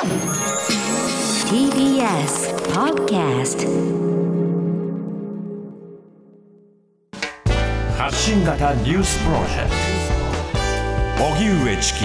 TBS Podcast 発信型ニュースプロジェクト荻上チキ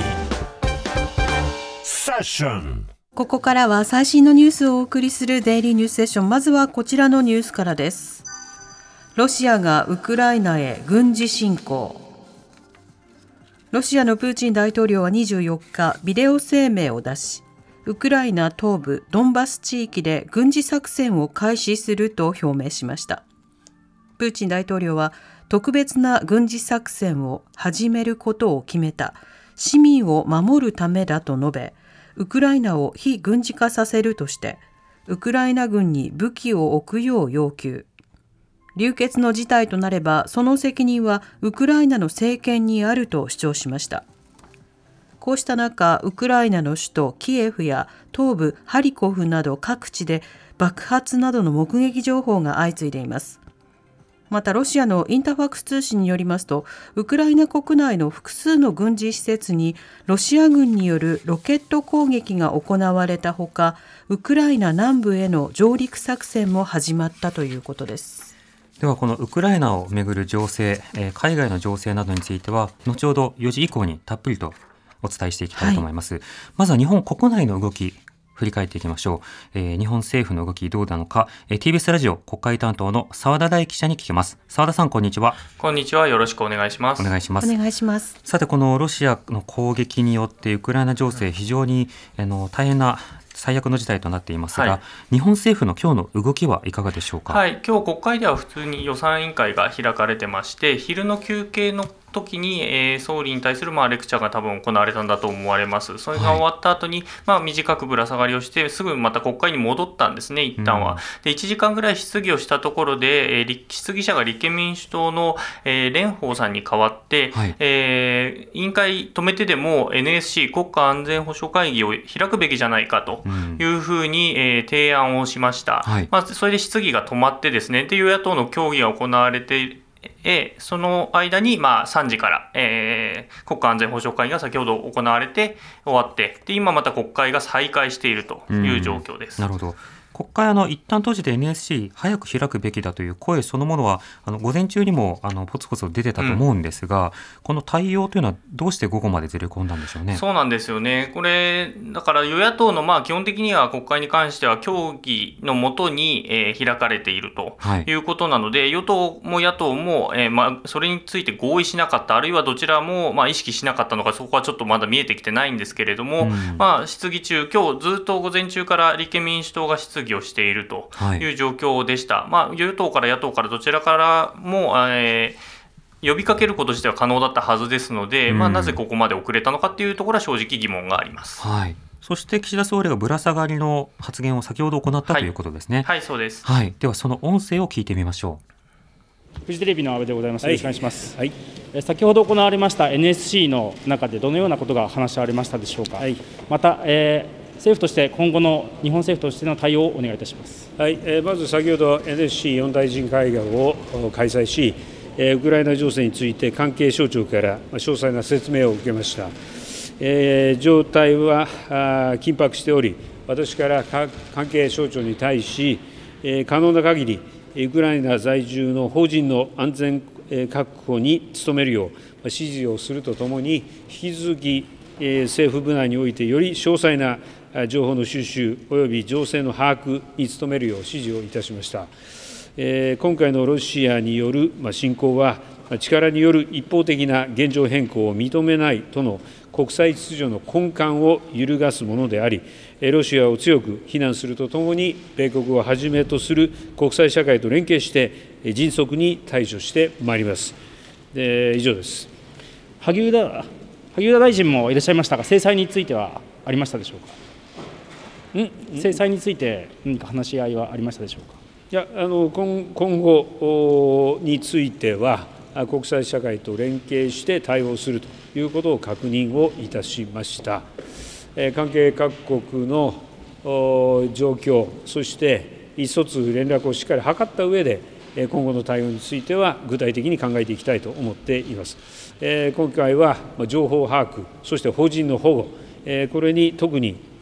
セッション。 ここからは最新のニュースをお送りするデイリーニュースセッション。まずはこちらのニュースからです。ロシアがウクライナへ軍事侵攻。ロシアのプーチン大統領は24日ビデオ声明を出し、ウクライナ東部ドンバス地域で軍事作戦を開始すると表明しました。プーチン大統領は特別な軍事作戦を始めることを決めた。市民を守るためだと述べ、ウクライナを非軍事化させるとして、ウクライナ軍に武器を置くよう要求。流血の事態となれば、その責任はウクライナの政権にあると主張しました。こうした中、ウクライナの首都キエフや東部ハリコフなど各地で爆発などの目撃情報が相次いでいます。またロシアのインタファクス通信によりますと、ウクライナ国内の複数の軍事施設にロシア軍によるロケット攻撃が行われたほか、ウクライナ南部への上陸作戦も始まったということです。 ではこのウクライナをめぐる情勢、海外の情勢などについては後ほど4時以降にたっぷりとお伝えしていきたいと思います。まずは日本国内の動き振り返っていきましょう。日本政府の動きどうなのか、TBS ラジオ国会担当の澤田大記者に聞きます。澤田さん、こんにちは。 こんにちは、よろしくお願いします。 お願いします。 お願いします。 さて、このロシアの攻撃によってウクライナ情勢非常に大変な最悪の事態となっていますが、日本政府の今日の動きはいかがでしょうか。 今日国会では普通に予算委員会が開かれてまして、昼の休憩の時に、総理に対するレクチャーが多分行われたんだと思われます。それが終わった後に、短くぶら下がりをしてすぐまた国会に戻ったんですね、一旦は。で1時間ぐらい質疑をしたところで、質疑者が立憲民主党の、蓮舫さんに代わって、委員会止めてでも NSC 国家安全保障会議を開くべきじゃないかというふうに、提案をしました。それで質疑が止まってですね、で与野党の協議が行われてその間に3時から、国家安全保障会議が先ほど行われて終わって、で今また国会が再開しているという状況です。 なるほど。国会一旦閉じて NSC 早く開くべきだという声そのものは午前中にもポツポツ出てたと思うんですが、この対応というのはどうして午後までずれ込んだんでしょうね。 そうなんですよね。これだから与野党の基本的には国会に関しては協議のもとに、開かれているということなので、与党も野党も、それについて合意しなかった、あるいはどちらも、意識しなかったのか、そこはちょっとまだ見えてきてないんですけれども、質疑中、今日ずっと午前中から立憲民主党が質疑をしているという状況でした。与党から野党からどちらからも、呼びかけること自体は可能だったはずですので、なぜここまで遅れたのかというところは正直疑問があります。 そして岸田総理がぶら下がりの発言を先ほど行ったということですね。 そうです。 ではその音声を聞いてみましょう。フジテレビの阿部でございます。よろしくお願いします。先ほど行われました NSC の中でどのようなことが話し合われましたでしょうか。また、政府として今後の日本政府としての対応をお願いいたします。 まず先ほど NSC4 大臣会合を開催し、ウクライナ情勢について関係省庁から詳細な説明を受けました。状態は緊迫しており、私から関係省庁に対し、可能な限りウクライナ在住の邦人の安全確保に努めるよう指示をするとともに、引き続き政府部内においてより詳細な情報の収集および情勢の把握に努めるよう指示をいたしました。今回のロシアによる侵攻は、力による一方的な現状変更を認めないとの国際秩序の根幹を揺るがすものであり、ロシアを強く非難するとともに、米国をはじめとする国際社会と連携して迅速に対処してまいります。以上です。 萩生田大臣もいらっしゃいましたが、制裁についてはありましたでしょうか。制裁について何か話し合いはありましたでしょうか。 今後については国際社会と連携して対応するということを確認をいたしました。関係各国の状況、そして意思疎通、連絡をしっかり図った上で、今後の対応については具体的に考えていきたいと思っています。今回は情報把握、そして邦人の保護、これに特に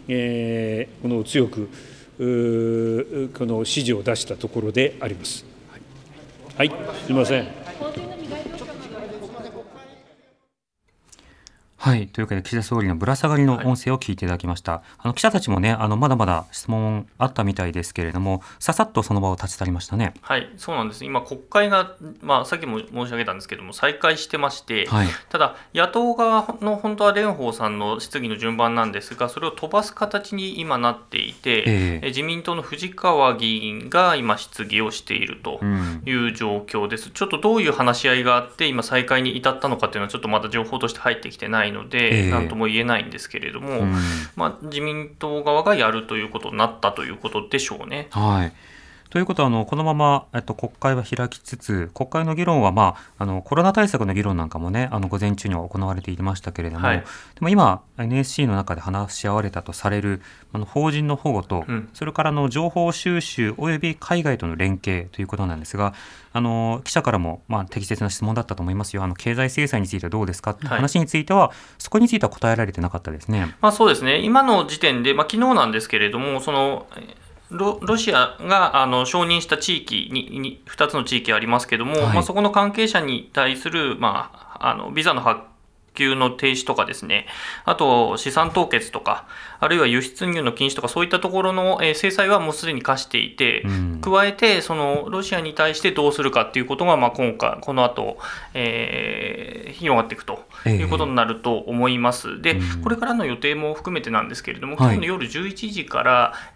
この強くこの指示を出したところであります。はい、すみません。 はい、というわけで岸田総理のぶら下がりの音声を聞いていただきました。記者たちもね、まだまだ質問あったみたいですけれども、ささっとその場を立ち去りましたね。 はい、そうなんです。今国会が、さっきも申し上げたんですけども再開してまして、 はい、 ただ野党側の本当は蓮舫さんの質疑の順番なんですが、それを飛ばす形に今なっていて、自民党の藤川議員が今質疑をしているという状況です。ちょっとどういう話し合いがあって今再開に至ったのかというのはちょっとまだ情報として入ってきてないので、何とも言えないんですけれども、自民党側がやるということになったということでしょうね。 はい、ということはこのまま、国会は開きつつ、国会の議論は、コロナ対策の議論なんかもね、午前中には行われていましたけれども、でも今 NSC の中で話し合われたとされる法人の保護と、それから情報収集および海外との連携ということなんですが、記者からも、適切な質問だったと思いますよ。経済制裁についてはどうですかという話については、そこについては答えられてなかったですね。 そうですね。今の時点で、昨日なんですけれども、ロシアが承認した地域に2つの地域ありますけれども、そこの関係者に対する、ビザの発給の停止とかですね、あと資産凍結とか、あるいは輸出入の禁止とか、そういったところの制裁はもうすでに課していて、加えてロシアに対してどうするかということが、今回この後、広がっていくということになると思います。で、これからの予定も含めてなんですけれども、今日の夜11時から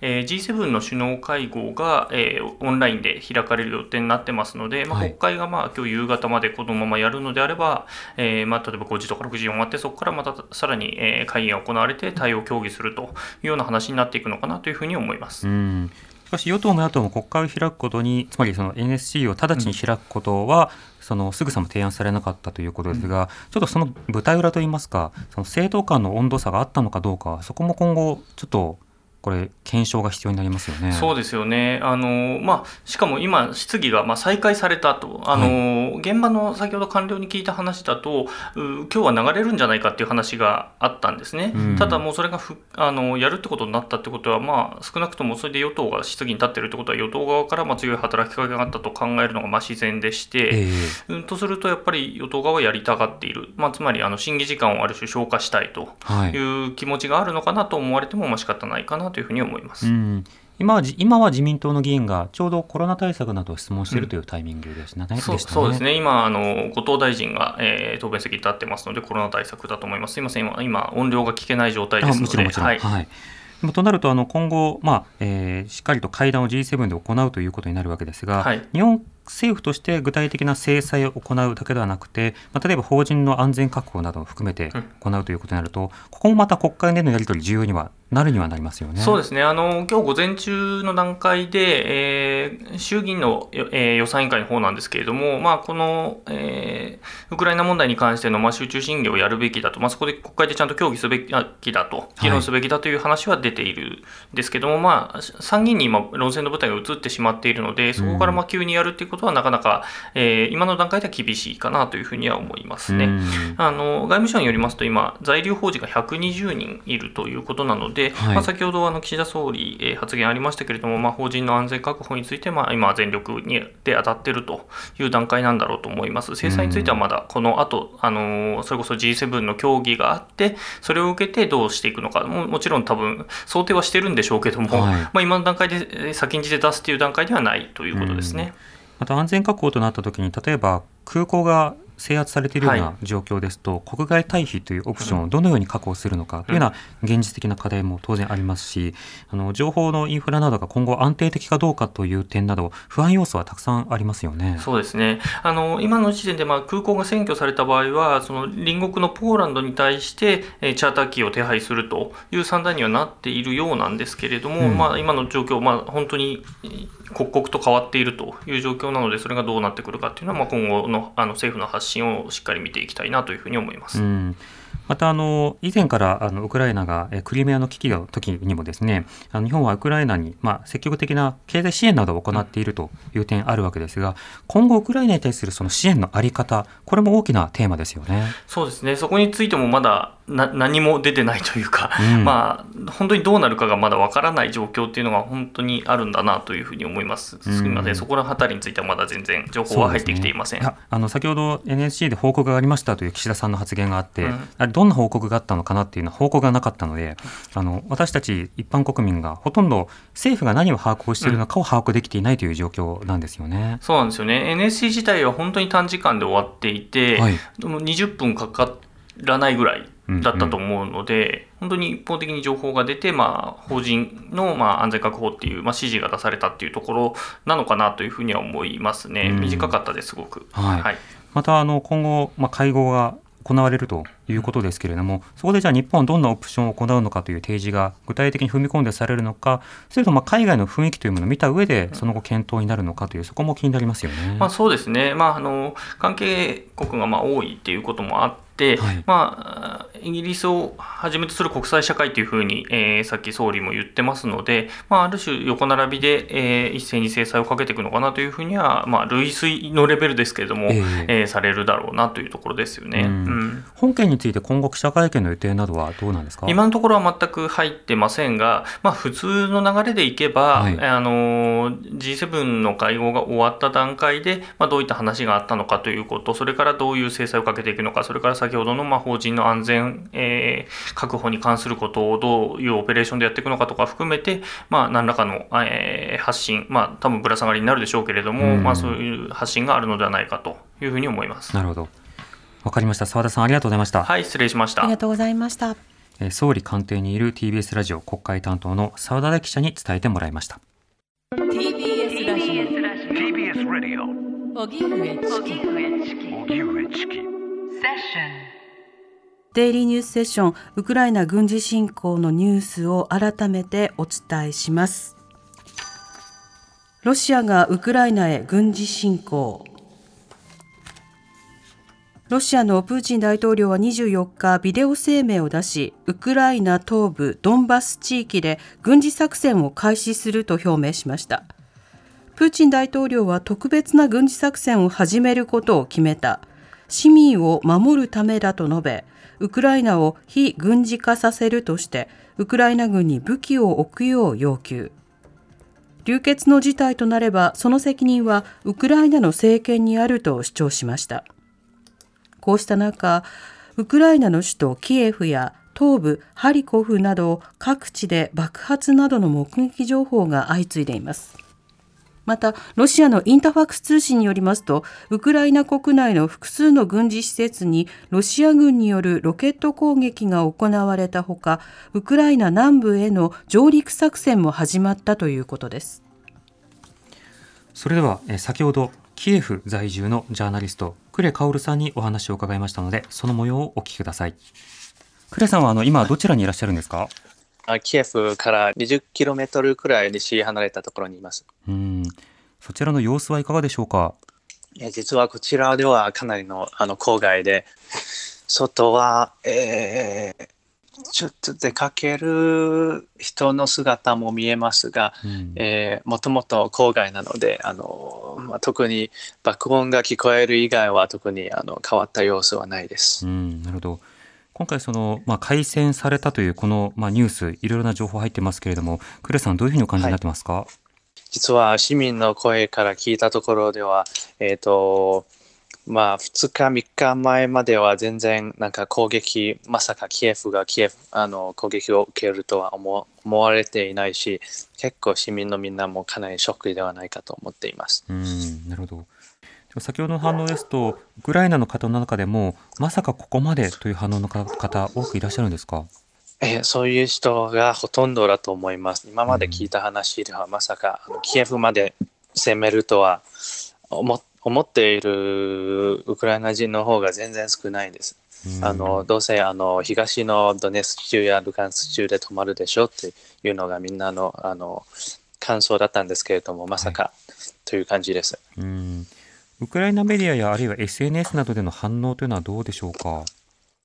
、G7 の首脳会合が、オンラインで開かれる予定になってますので、国会が今日夕方までこのままやるのであれば、例えば5時とか6時に終わって、そこからまたさらに会議が行われて対応を協議するというような話になっていくのかなというふうに思います。 しかし与党も野党も国会を開くことに、つまりNSC を直ちに開くことは、すぐさま提案されなかったということですが、ちょっとその舞台裏といいますか、政党間の温度差があったのかどうか、そこも今後ちょっとこれ検証が必要になりますよね。 そうですよね。しかも今質疑が再開されたと、現場の先ほど官僚に聞いた話だと、今日は流れるんじゃないかっていう話があったんですね。ただもうそれがやるってことになったってことは、少なくともそれで与党が質疑に立っているってことは、与党側から強い働きかけがあったと考えるのが自然でして、とするとやっぱり与党側はやりたがっている、つまり審議時間をある種消化したいという気持ちがあるのかなと思われても仕方ないかなというふうに思います。 今は自民党の議員がちょうどコロナ対策などを質問しているというタイミングですね。 そうですね。今後藤大臣が、答弁席に立ってますので、コロナ対策だと思います。すいません、今音量が聞けない状態ですので。 もちろん。となると今後、しっかりと会談を G7 で行うということになるわけですが、日本政府として具体的な制裁を行うだけではなくて、例えば法人の安全確保などを含めて行うということになると、ここもまた国会でのやり取り重要にはなりますよね。 そうですね。今日午前中の段階で、衆議院の、予算委員会の方なんですけれども、この、ウクライナ問題に関しての、集中審議をやるべきだと、そこで国会でちゃんと協議すべきだと、議論すべきだという話は出ているんですけども、参議院に今論戦の舞台が移ってしまっているので、そこから急にやるということはなかなか、今の段階では厳しいかなというふうには思いますね。外務省によりますと、今在留邦人が120人いるということなので、先ほど岸田総理、発言ありましたけれども、法人の安全確保について、今全力で当たっているという段階なんだろうと思います。制裁についてはまだこの後、それこそ G7 の協議があって、それを受けてどうしていくのか、もちろん多分想定はしてるんでしょうけども、今の段階で先んじて出すという段階ではないということですね。 また安全確保となったときに、例えば空港が制圧されているような状況ですと、国外退避というオプションをどのように確保するのかというような現実的な課題も当然ありますし、情報のインフラなどが今後安定的かどうかという点など不安要素はたくさんありますよね。 そうですね。今の時点で空港が占拠された場合は、隣国のポーランドに対してチャーター機を手配するという算段にはなっているようなんですけれども、今の状況、本当に刻々と変わっているという状況なので、それがどうなってくるかというのは、今後の政府の発信をしっかり見ていきたいなというふうに思います。 また以前からウクライナがクリミアの危機の時にもですね、日本はウクライナに積極的な経済支援などを行っているという点あるわけですが、今後ウクライナに対するその支援のあり方、これも大きなテーマですよね。 そうですね、そこについてもまだ何も出てないというか、本当にどうなるかがまだわからない状況っていうのが本当にあるんだなというふうに思います。すみません、そこのあたりについてはまだ全然情報は入ってきていません。 先ほど NSC で報告がありましたという岸田さんの発言があって、あれどんな報告があったのかなっていうのは報告がなかったので、私たち一般国民がほとんど政府が何を把握をしているのかを把握できていないという状況なんですよね。 そうなんですよね。NSC 自体は本当に短時間で終わっていて、20分かからないぐらいだったと思うので、本当に一方的に情報が出て、法人の安全確保っていう、指示が出されたっていうところなのかなというふうには思いますね。短かったです、すごく。 また今後、会合が行われるということですけれども、そこでじゃあ日本はどんなオプションを行うのかという提示が具体的に踏み込んでされるのか、それとも海外の雰囲気というものを見た上でその後検討になるのかという、そこも気になりますよね。 そうですね、関係国が多いということもあって、イギリスをはじめとする国際社会というふうに、さっき総理も言ってますので、ある種横並びで、一斉に制裁をかけていくのかなというふうには、類推のレベルですけれども、されるだろうなというところですよね。 本件について今後記者会見の予定などはどうなんですか？ 今のところは全く入ってませんが、普通の流れでいけば、G7 の会合が終わった段階で、どういった話があったのかということ、それからどういう制裁をかけていくのか、それから先ほどの法人の安全、確保に関することをどういうオペレーションでやっていくのかとか含めて、何らかの、発信、多分ぶら下がりになるでしょうけれども、そういう発信があるのではないかというふうに思います。 なるほど、わかりました。澤田さん、ありがとうございました。 はい、失礼しました。 ありがとうございました。 総理官邸にいる TBS ラジオ国会担当の澤田記者に伝えてもらいました。 TBS ラジオ荻上チキセッションデイリーニュースセッション、ウクライナ軍事侵攻のニュースを改めてお伝えします。ロシアがウクライナへ軍事侵攻。ロシアのプーチン大統領は24日ビデオ声明を出し、ウクライナ東部ドンバス地域で軍事作戦を開始すると表明しました。プーチン大統領は特別な軍事作戦を始めることを決めた。市民を守るためだと述べ、ウクライナを非軍事化させるとして、ウクライナ軍に武器を置くよう要求。流血の事態となれば、その責任はウクライナの政権にあると主張しました。こうした中、ウクライナの首都キエフや東部ハリコフなど各地で爆発などの目撃情報が相次いでいます。また、ロシアのインタファクス通信によりますと、ウクライナ国内の複数の軍事施設にロシア軍によるロケット攻撃が行われたほか、ウクライナ南部への上陸作戦も始まったということです。 それでは先ほどキエフ在住のジャーナリスト呉薫さんにお話を伺いましたので、その模様をお聞きください。呉さんは今どちらにいらっしゃるんですか？ キエフから20キロメートルくらい西離れたところにいます。 そちらの様子はいかがでしょうか？ 実はこちらではかなりの郊外で、外は、ちょっと出かける人の姿も見えますが、もともと郊外なので特に爆音が聞こえる以外は特に変わった様子はないです。 なるほど。今回開戦されたというこの、ニュース、いろいろな情報入ってますけれども、呉さんどういうふうにお感じになってますか？ 実は市民の声から聞いたところでは、2日3日前までは全然攻撃、まさかキエフが攻撃を受けるとは思われていないし、結構市民のみんなもかなりショックではないかと思っています。 なるほど。先ほどの反応ですと、ウクライナの方の中でもまさかここまでという反応の方多くいらっしゃるんですか？ そういう人がほとんどだと思います。今まで聞いた話では、まさかキエフまで攻めるとは思っているウクライナ人の方が全然少ないです。どうせ東のドネツク州やルガンスク州で止まるでしょっていうのがみんなの感想だったんですけれども、まさかという感じです。 ウクライナメディアやあるいは SNS などでの反応というのはどうでしょうか？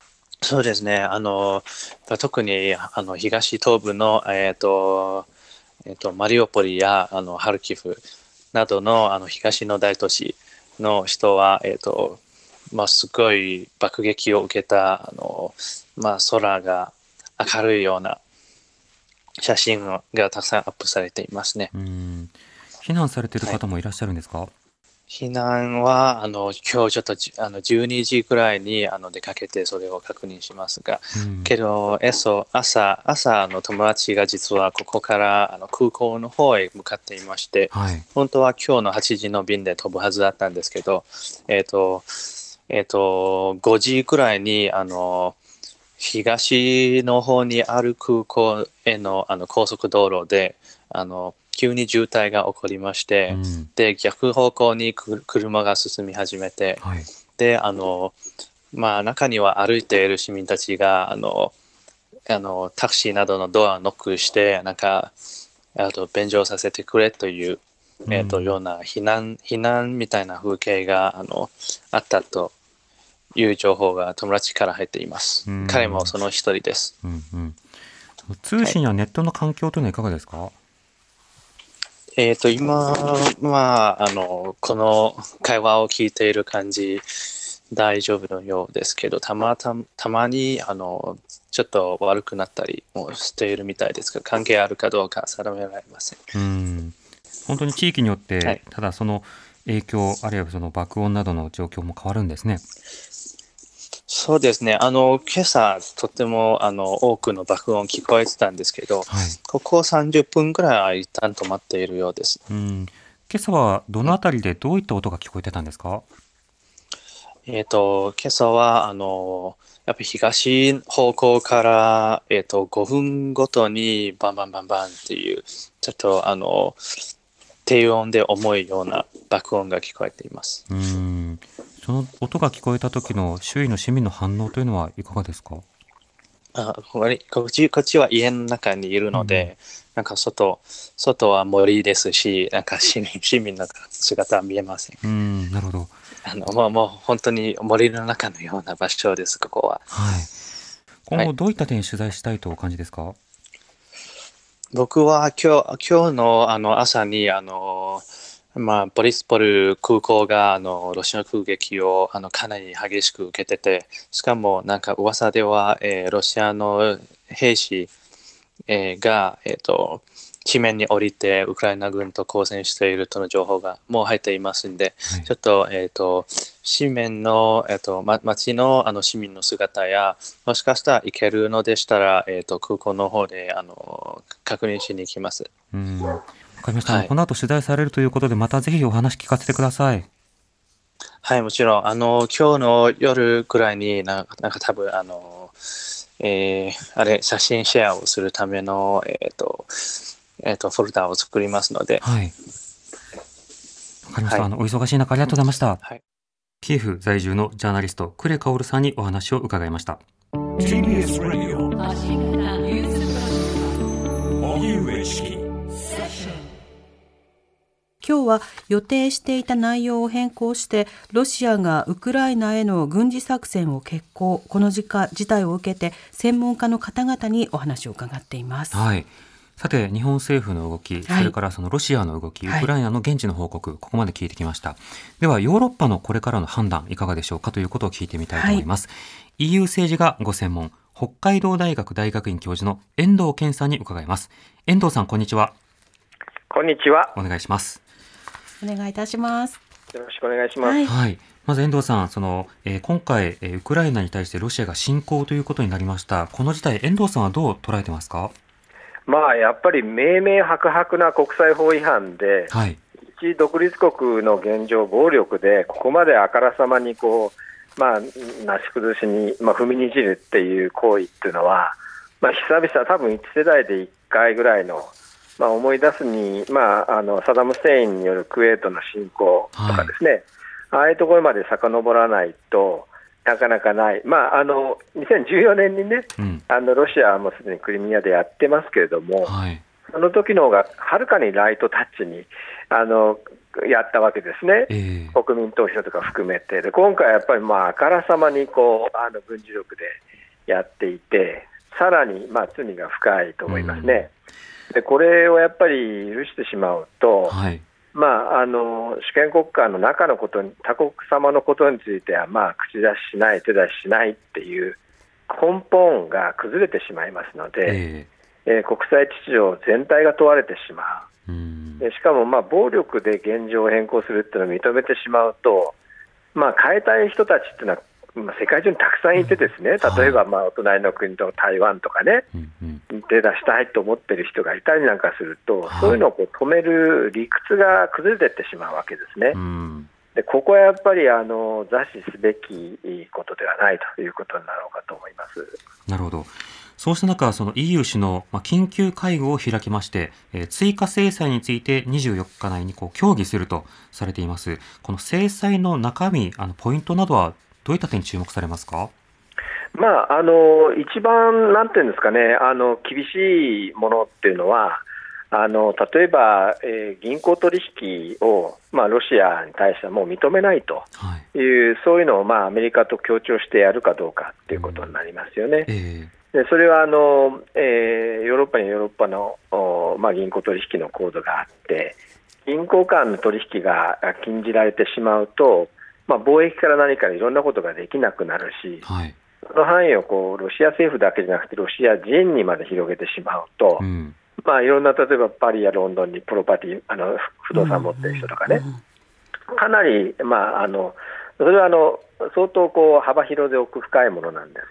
そうですね。特に東東部の、マリウポリやハルキフなどの、東の大都市の人は、すごい爆撃を受けた空が明るいような写真がたくさんアップされていますね。 避難されている方もいらっしゃるんですか？ 避難は今日ちょっと12時くらいに出かけてそれを確認しますが、けど朝友達が実はここから空港の方へ向かっていまして、本当は今日の8時の便で飛ぶはずだったんですけど、5時くらいに東の方にある空港への高速道路で急に渋滞が起こりまして、で逆方向に車が進み始めて、で中には歩いている市民たちがタクシーなどのドアをノックして便乗させてくれという、ような避難みたいな風景があったという情報が友達から入っています。彼もその一人です。 通信やネットの環境というのはいかがですか？ 今この会話を聞いている感じ大丈夫のようですけど、たまにちょっと悪くなったりもしているみたいですが、関係あるかどうか定められません。 本当に地域によって、ただその影響あるいはその爆音などの状況も変わるんですね。 そうですね。今朝とても多くの爆音聞こえてたんですけど、ここ30分くらいは一旦止まっているようです。 今朝はどのあたりでどういった音が聞こえてたんですか？ 今朝はやっぱり東方向から、5分ごとにバンバンバンバンっていうちょっと低音で重いような爆音が聞こえています。 その音が聞こえた時の周囲の市民の反応というのはいかがですか？ こっちは家の中にいるので、なんか外は森ですし、なんか市民の姿は見えません。 なるほど。 もう本当に森の中のような場所です、ここは。 今後どういった点取材したいとお感じですか？ 僕は今日の朝にボリスポル空港がロシアの空撃をかなり激しく受けてて、しかもなんか噂では、ロシアの兵士、が、地面に降りてウクライナ軍と交戦しているとの情報がもう入っていますんで、ちょっと、市面の、町の市民の姿や、もしかしたら行けるのでしたら、空港の方で確認しに行きます。 わかりました。この後取材されるということで、またぜひお話聞かせてください。 はい、もちろん今日の夜くらいになんか多分写真シェアをするためのフォルダを作りますので。 わかりました。お忙しい中ありがとうございました。キエフ在住のジャーナリスト呉カオルさんにお話を伺いました。 TBS ラジオ荻上チキ。 今日は予定していた内容を変更してロシアがウクライナへの軍事作戦を決行、この事態を受けて専門家の方々にお話を伺っています。 さて日本政府の動き、それからそのロシアの動き、ウクライナの現地の報告、ここまで聞いてきました。ではヨーロッパのこれからの判断いかがでしょうかということを聞いてみたいと思います。EU 政治がご専門、北海道大学大学院教授の遠藤健さんに伺います。遠藤さん、こんにちは。 こんにちは。 お願いします。 お願いいたします。 よろしくお願いします。 まず遠藤さん、今回、ウクライナに対してロシアが侵攻ということになりました。この事態、遠藤さんはどう捉えてますか？ やっぱり明々白々な国際法違反で、一独立国の現状、暴力でここまであからさまになし崩しに、踏みにじるっていう行為っていうのは、久々、多分1世代で1回ぐらいの、思い出すに、サダム・フセインによるクウェートの侵攻とかですね、ああいうところまで遡らないとなかなかない。2014年にね、ロシアはもうすでにクリミアでやってますけれども、その時の方がはるかにライトタッチにやったわけですね、国民投票とか含めて。で今回はやっぱりあからさまに軍事力でやっていて、さらに罪が深いと思いますね。でこれをやっぱり許してしまうと、はい、主権国家の中のことに、他国様のことについては口出ししない、手出ししないっていう根本が崩れてしまいますので、国際秩序全体が問われてしまう。でしかも暴力で現状を変更するっていうのを認めてしまうと、変えたい人たちっていうのは世界中にたくさんいてですね、例えばお隣の国と台湾とかね、手出したいと思っている人がいたりなんかすると、そういうのを止める理屈が崩れていってしまうわけですね。でここはやっぱり座視すべきことではないということになろうかと思います。 なるほど。そうした中、その EU 首脳、緊急会合を開きまして、追加制裁について24日内に協議するとされています。この制裁の中身、ポイントなどはどういった点に注目されますか？ 一番なんていうんですかね、厳しいものっていうのは、例えば、銀行取引を、ロシアに対してはもう認めないという、そういうのをアメリカと協調してやるかどうかということになりますよね。でそれはヨーロッパにヨーロッパの、銀行取引のコードがあって、銀行間の取引が禁じられてしまうと、貿易から何からいろんなことができなくなるし、その範囲をロシア政府だけじゃなくてロシア人にまで広げてしまうと、いろんな、例えばパリやロンドンにプロパティ不動産持ってる人とかね、かなり、それは相当幅広で奥深いものなんです。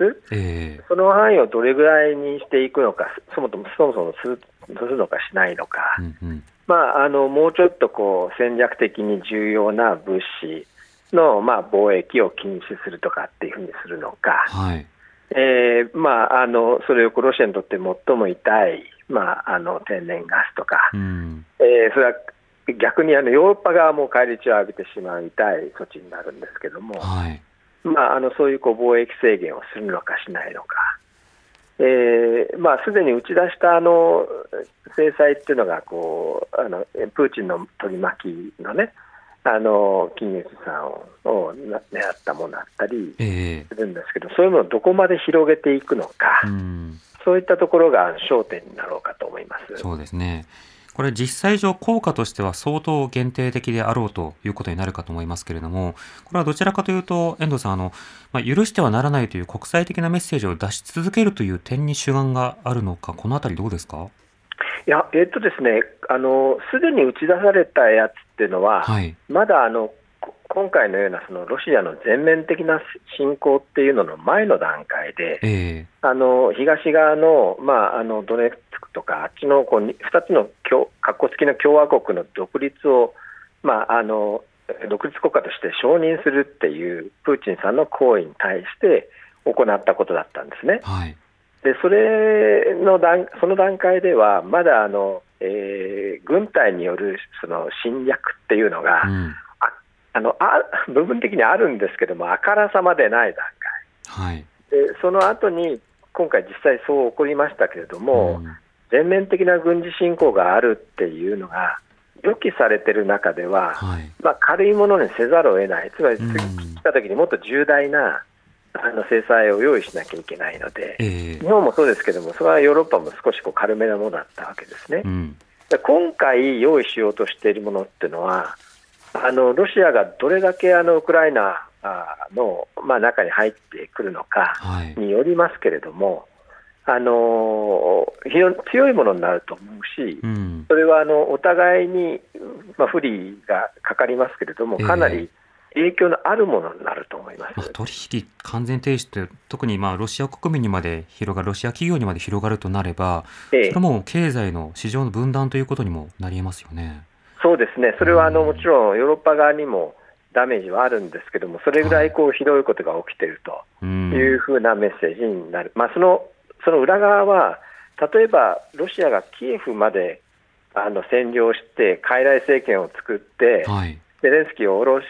その範囲をどれぐらいにしていくのか、そもそもするのかしないのか、もうちょっと戦略的に重要な物資の貿易を禁止するとかっていうふうにするのか、それをロシアにとって最も痛い、天然ガスとか、それは逆にヨーロッパ側も返り血を浴びてしまう痛い措置になるんですけども、そういう貿易制限をするのかしないのか、すでに打ち出した制裁っていうのがプーチンの取り巻きのね、金融資産を狙ったものだったりするんですけど、そういうものをどこまで広げていくのか、そういったところが焦点になろうかと思います。 そうですね。これ実際上効果としては相当限定的であろうということになるかと思いますけれども、これはどちらかというと遠藤さん、許してはならないという国際的なメッセージを出し続けるという点に主眼があるのか、このあたりどうですか？ いや、ですね、すでに打ち出されたやつっていうのは、まだ今回のようなそのロシアの全面的な侵攻っていうのの前の段階で、東側の、ドネツクとかあっちの2つの括弧付きの共和国の独立を、独立国家として承認するっていうプーチンさんの行為に対して行ったことだったんですね。でその段階ではまだ軍隊によるその侵略っていうのが、部分的にあるんですけども、あからさまでない段階、でその後に今回実際そう起こりましたけれども、全面的な軍事侵攻があるっていうのが予期されている中では、軽いものにせざるを得ない、つまり次来た時にもっと重大な制裁を用意しなきゃいけないので、日本もそうですけども、それはヨーロッパも少し軽めなものだったわけですね。で今回用意しようとしているものっていうのは、ロシアがどれだけウクライナの、中に入ってくるのかによりますけれども、非常に強いものになると思うし、それはお互いに、不利がかかりますけれども、かなり影響のあるものになると思います。 取引完全停止って特にロシア国民にまで広がる、ロシア企業にまで広がるとなれば、それも経済の市場の分断ということにもなり得ますよね。 そうですね、それはもちろんヨーロッパ側にもダメージはあるんですけども、それぐらいひどいことが起きているというふうなメッセージになる。その裏側は、例えばロシアがキエフまで占領して傀儡政権を作って、ゼレンスキーを下ろして、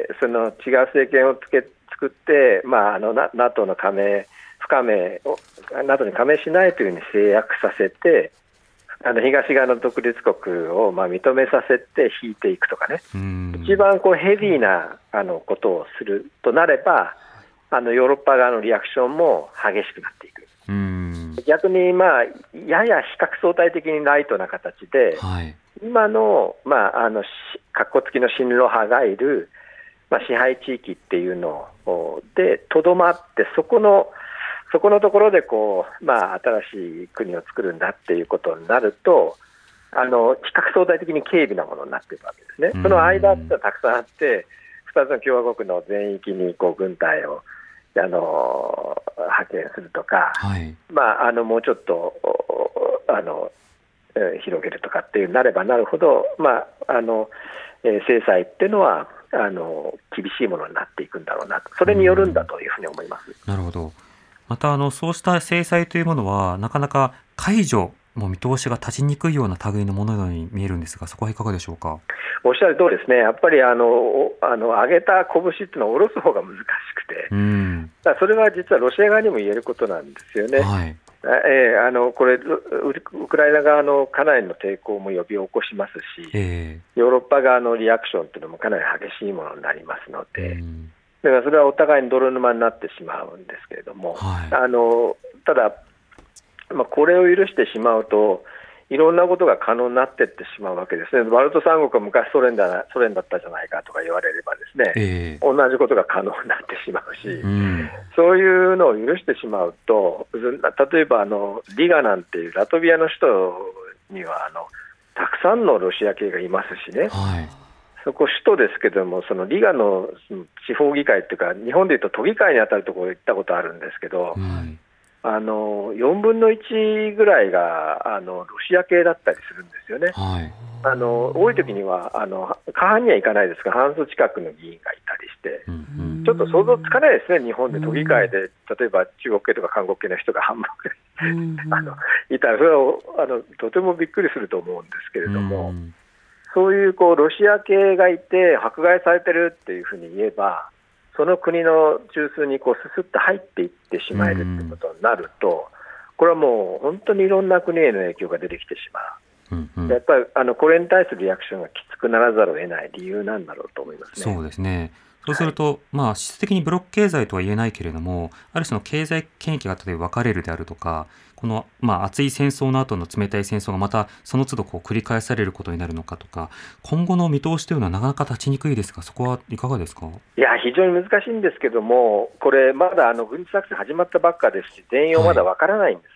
その違う政権を作って、NATO の不加盟を NATO に加盟しないというふうに制約させて、東側の独立国を認めさせて引いていくとかね、一番ヘビーなことをするとなれば、 ヨーロッパ側のリアクションも激しくなっていく。逆に、やや比較相対的にライトな形で、今の、かっこつきの親ロ派がいる、支配地域っていうのでとどまって、そこのところで新しい国を作るんだっていうことになると、比較相対的に軽微なものになっているわけですね。その間ってたくさんあって、2つの共和国の全域に軍隊を派遣するとか、もうちょっと広げるとかっていうなればなるほど、制裁っていうのは厳しいものになっていくんだろうなと、それによるんだというふうに思います。 なるほど。またそうした制裁というものはなかなか解除も見通しが立ちにくいような類のもののように見えるんですが、そこはいかがでしょうか。 おっしゃる通りですね。やっぱり上げた拳っていうのは下ろす方が難しくて、だそれは実はロシア側にも言えることなんですよね。これウクライナ側のかなりの抵抗も呼び起こしますし、ヨーロッパ側のリアクションというのもかなり激しいものになりますので、だからそれはお互いに泥沼になってしまうんですけれども、ただ、これを許してしまうといろんなことが可能になっていってしまうわけですね。バルト三国は昔ソ連だったじゃないかとか言われればですね、同じことが可能になってしまうし、そういうのを許してしまうと、例えばリガなんていうラトビアの首都にはたくさんのロシア系がいますしね、そこ首都ですけども、そのリガの地方議会というか、日本でいうと都議会に当たるところに行ったことあるんですけど、4分の1ぐらいがロシア系だったりするんですよね。多い時には過半にはいかないですが、半数近くの議員がいたりして、ちょっと想像つかないですね。日本で都議会で例えば中国系とか韓国系の人が半分くらいいたら、それはとてもびっくりすると思うんですけれども、そういうロシア系がいて迫害されてるっていうふうに言えば、その国の中枢にススッと入っていってしまえるということになると、これはもう本当にいろんな国への影響が出てきてしまう。やっぱりこれに対するリアクションがきつくならざるを得ない理由なんだろうと思いますね。 そうですね。そうすると、質的にブロック経済とは言えないけれども、ある種の経済権益が例えば分かれるであるとか、この熱い戦争の後の冷たい戦争がまたその都度繰り返されることになるのかとか、今後の見通しというのはなかなか立ちにくいですが、そこはいかがですか。 いや、非常に難しいんですけども、これまだ軍事作戦始まったばっかですし、全容まだ分からないんです。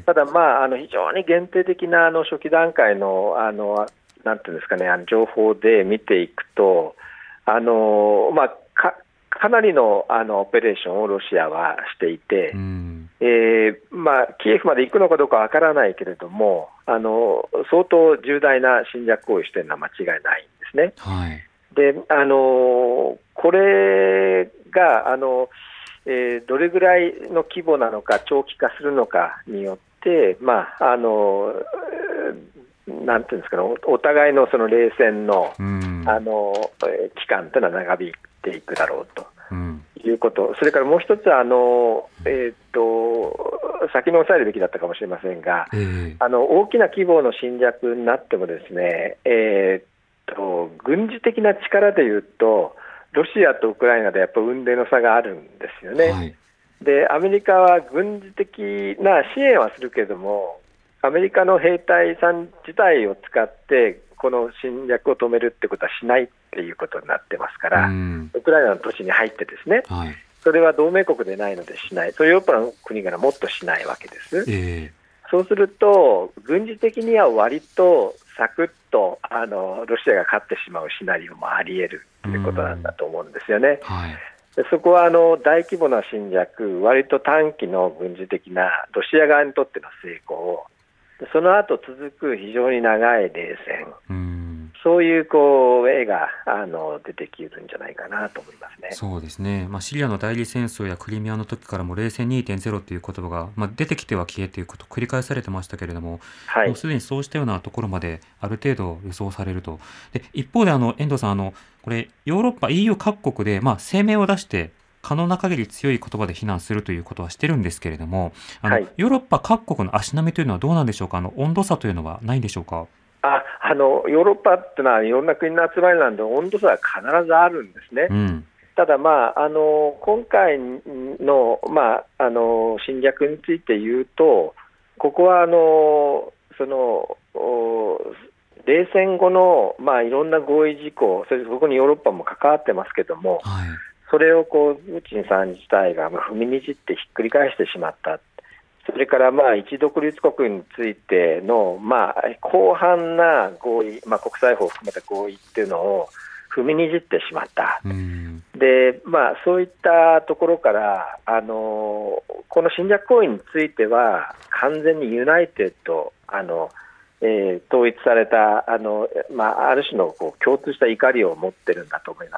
ただ、非常に限定的な初期段階のなんていうんですかね、情報で見ていくと、かなりのオペレーションをロシアはしていて、キエフまで行くのかどうかわからないけれども、相当重大な侵略行為しているのは間違いないんですね。でこれがどれぐらいの規模なのか、長期化するのかによって、なんていうんですかね、お互いのその冷戦の、期間というのは長引いていくだろうということ、それからもう一つは先に抑えるべきだったかもしれませんが、大きな規模の侵略になってもですね、軍事的な力でいうとロシアとウクライナでやっぱ雲泥の差があるんですよね。でアメリカは軍事的な支援はするけれども、アメリカの兵隊さん自体を使ってこの侵略を止めるってことはしないっていうことになってますから、ウクライナの都市に入ってですね、それは同盟国でないのでしない、それヨーロッパの国からもっとしないわけです。そうすると軍事的には割とサクッとロシアが勝ってしまうシナリオもあり得るということなんだと思うんですよね。でそこは大規模な侵略、割と短期の軍事的なロシア側にとっての成功、その後続く非常に長い冷戦、そういう絵が出てきるんじゃないかなと思いますね。 そうですね。シリアの代理戦争やクリミアの時からも冷戦 2.0 という言葉が、出てきては消えということを繰り返されてましたけれども、もうすでにそうしたようなところまである程度予想されると。で一方で遠藤さん、これヨーロッパ EU 各国で、声明を出して可能な限り強い言葉で非難するということはしてるんですけれども、ヨーロッパ各国の足並みというのはどうなんでしょうか。温度差というのはないんでしょうか。ヨーロッパってのはいろんな国の集まりなんで温度差は必ずあるんですね。 ただ、今回の、侵略について言うと、ここは冷戦後の、いろんな合意事項、そこにヨーロッパも関わってますけども、 はい、 それをプーチンさん自体が踏みにじってひっくり返してしまった。それから一独立国についての、広範な合意、国際法を含めた合意っていうのを踏みにじってしまった。で、そういったところから、この侵略行為については完全にユナイテッド、統一されたある種の共通した怒りを持ってるんだと思います。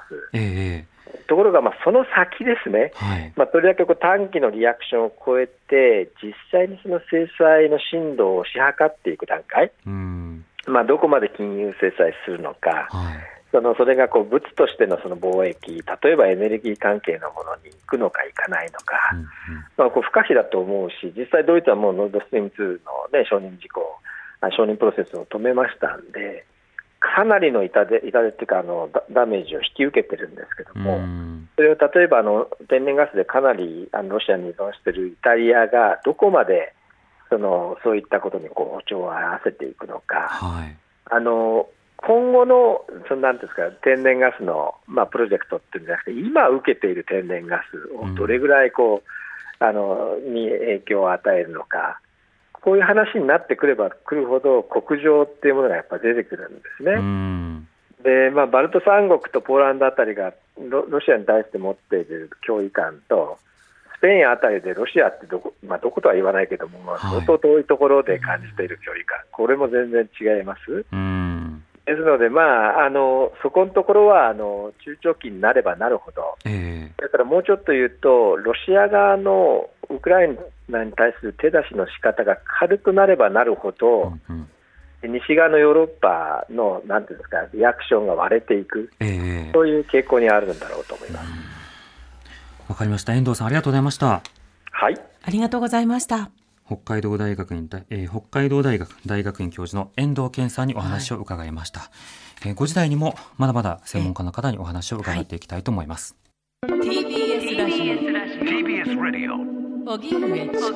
ところがその先ですね、はい、とりわけ短期のリアクションを超えて実際にその制裁の深度をし量っていく段階、どこまで金融制裁するのか、はい、それが物としてのその貿易、例えばエネルギー関係のものに行くのか行かないのか、不可避だと思うし、実際ドイツはもうノルドストリーム2の、承認プロセスを止めましたんで、かなりの痛手っていうかダメージを引き受けてるんですけども、それを例えば天然ガスでかなりロシアに依存しているイタリアがどこまでそういったことに歩調を合わせていくのか、はい、今後のなんですか、天然ガスの、プロジェクトっていうんじゃなくて、今受けている天然ガスをどれぐらいに影響を与えるのか、こういう話になってくればくるほど国情っていうものがやっぱり出てくるんですね。で、バルト三国とポーランドあたりがロシアに対して持っている脅威感と、スペインあたりでロシアってどことは言わないけども、相当遠いところで感じている脅威感、これも全然違います。ですので、そこのところは中長期になればなるほど、だからもうちょっと言うと、ロシア側のウクライナに対する手出しの仕方が軽くなればなるほど、西側のヨーロッパのなんていうんですか、リアクションが割れていく、そういう傾向にあるんだろうと思います。 わかりました。遠藤さん、ありがとうございました。 はい、 ありがとうございました。 北海道大学大学院教授の遠藤健さんにお話を伺いました。5時台にもまだまだ専門家の方にお話を伺っていきたいと思います。 TBS ラジオ荻上チキセッ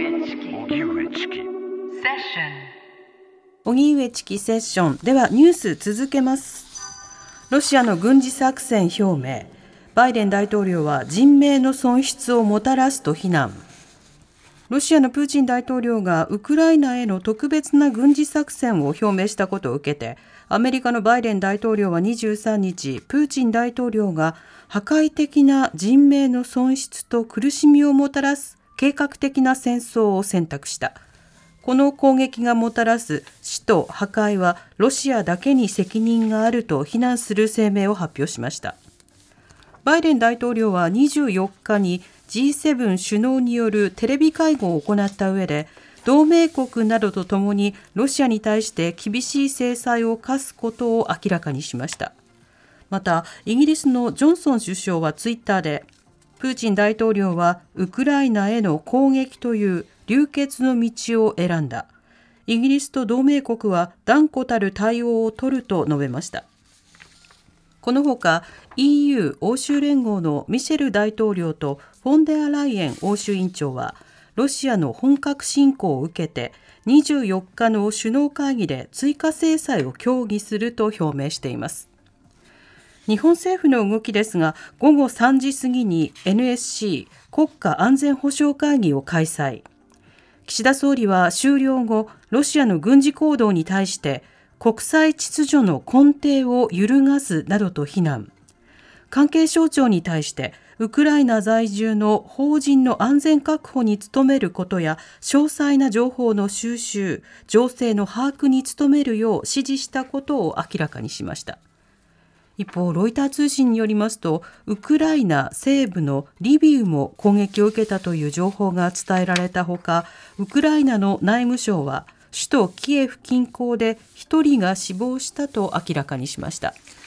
ション。荻上チキセッションではニュース続けます。ロシアの軍事作戦表明。バイデン大統領は人命の損失をもたらすと非難。ロシアのプーチン大統領がウクライナへの特別な軍事作戦を表明したことを受けて、アメリカのバイデン大統領は23日、プーチン大統領が破壊的な人命の損失と苦しみをもたらす計画的な戦争を選択した。この攻撃がもたらす死と破壊はロシアだけに責任があると非難する声明を発表しました。バイデン大統領は24日にG7 首脳によるテレビ会合を行った上で、同盟国などとともにロシアに対して厳しい制裁を科すことを明らかにしました。また、イギリスのジョンソン首相はツイッターで、プーチン大統領はウクライナへの攻撃という流血の道を選んだ。イギリスと同盟国は断固たる対応を取ると述べました。このほか EU 欧州連合のミシェル大統領とフォンデアライエン欧州委員長は、ロシアの本格侵攻を受けて24日の首脳会議で追加制裁を協議すると表明しています。日本政府の動きですが、午後3時過ぎに NSC 国家安全保障会議を開催。岸田総理は終了後、ロシアの軍事行動に対して国際秩序の根底を揺るがすなどと非難。関係省庁に対してウクライナ在住の邦人の安全確保に努めることや、詳細な情報の収集、情勢の把握に努めるよう指示したことを明らかにしました。一方、ロイター通信によりますと、ウクライナ西部のリビウも攻撃を受けたという情報が伝えられたほか、ウクライナの内務省は首都キエフ近郊で1人が死亡したと明らかにしました。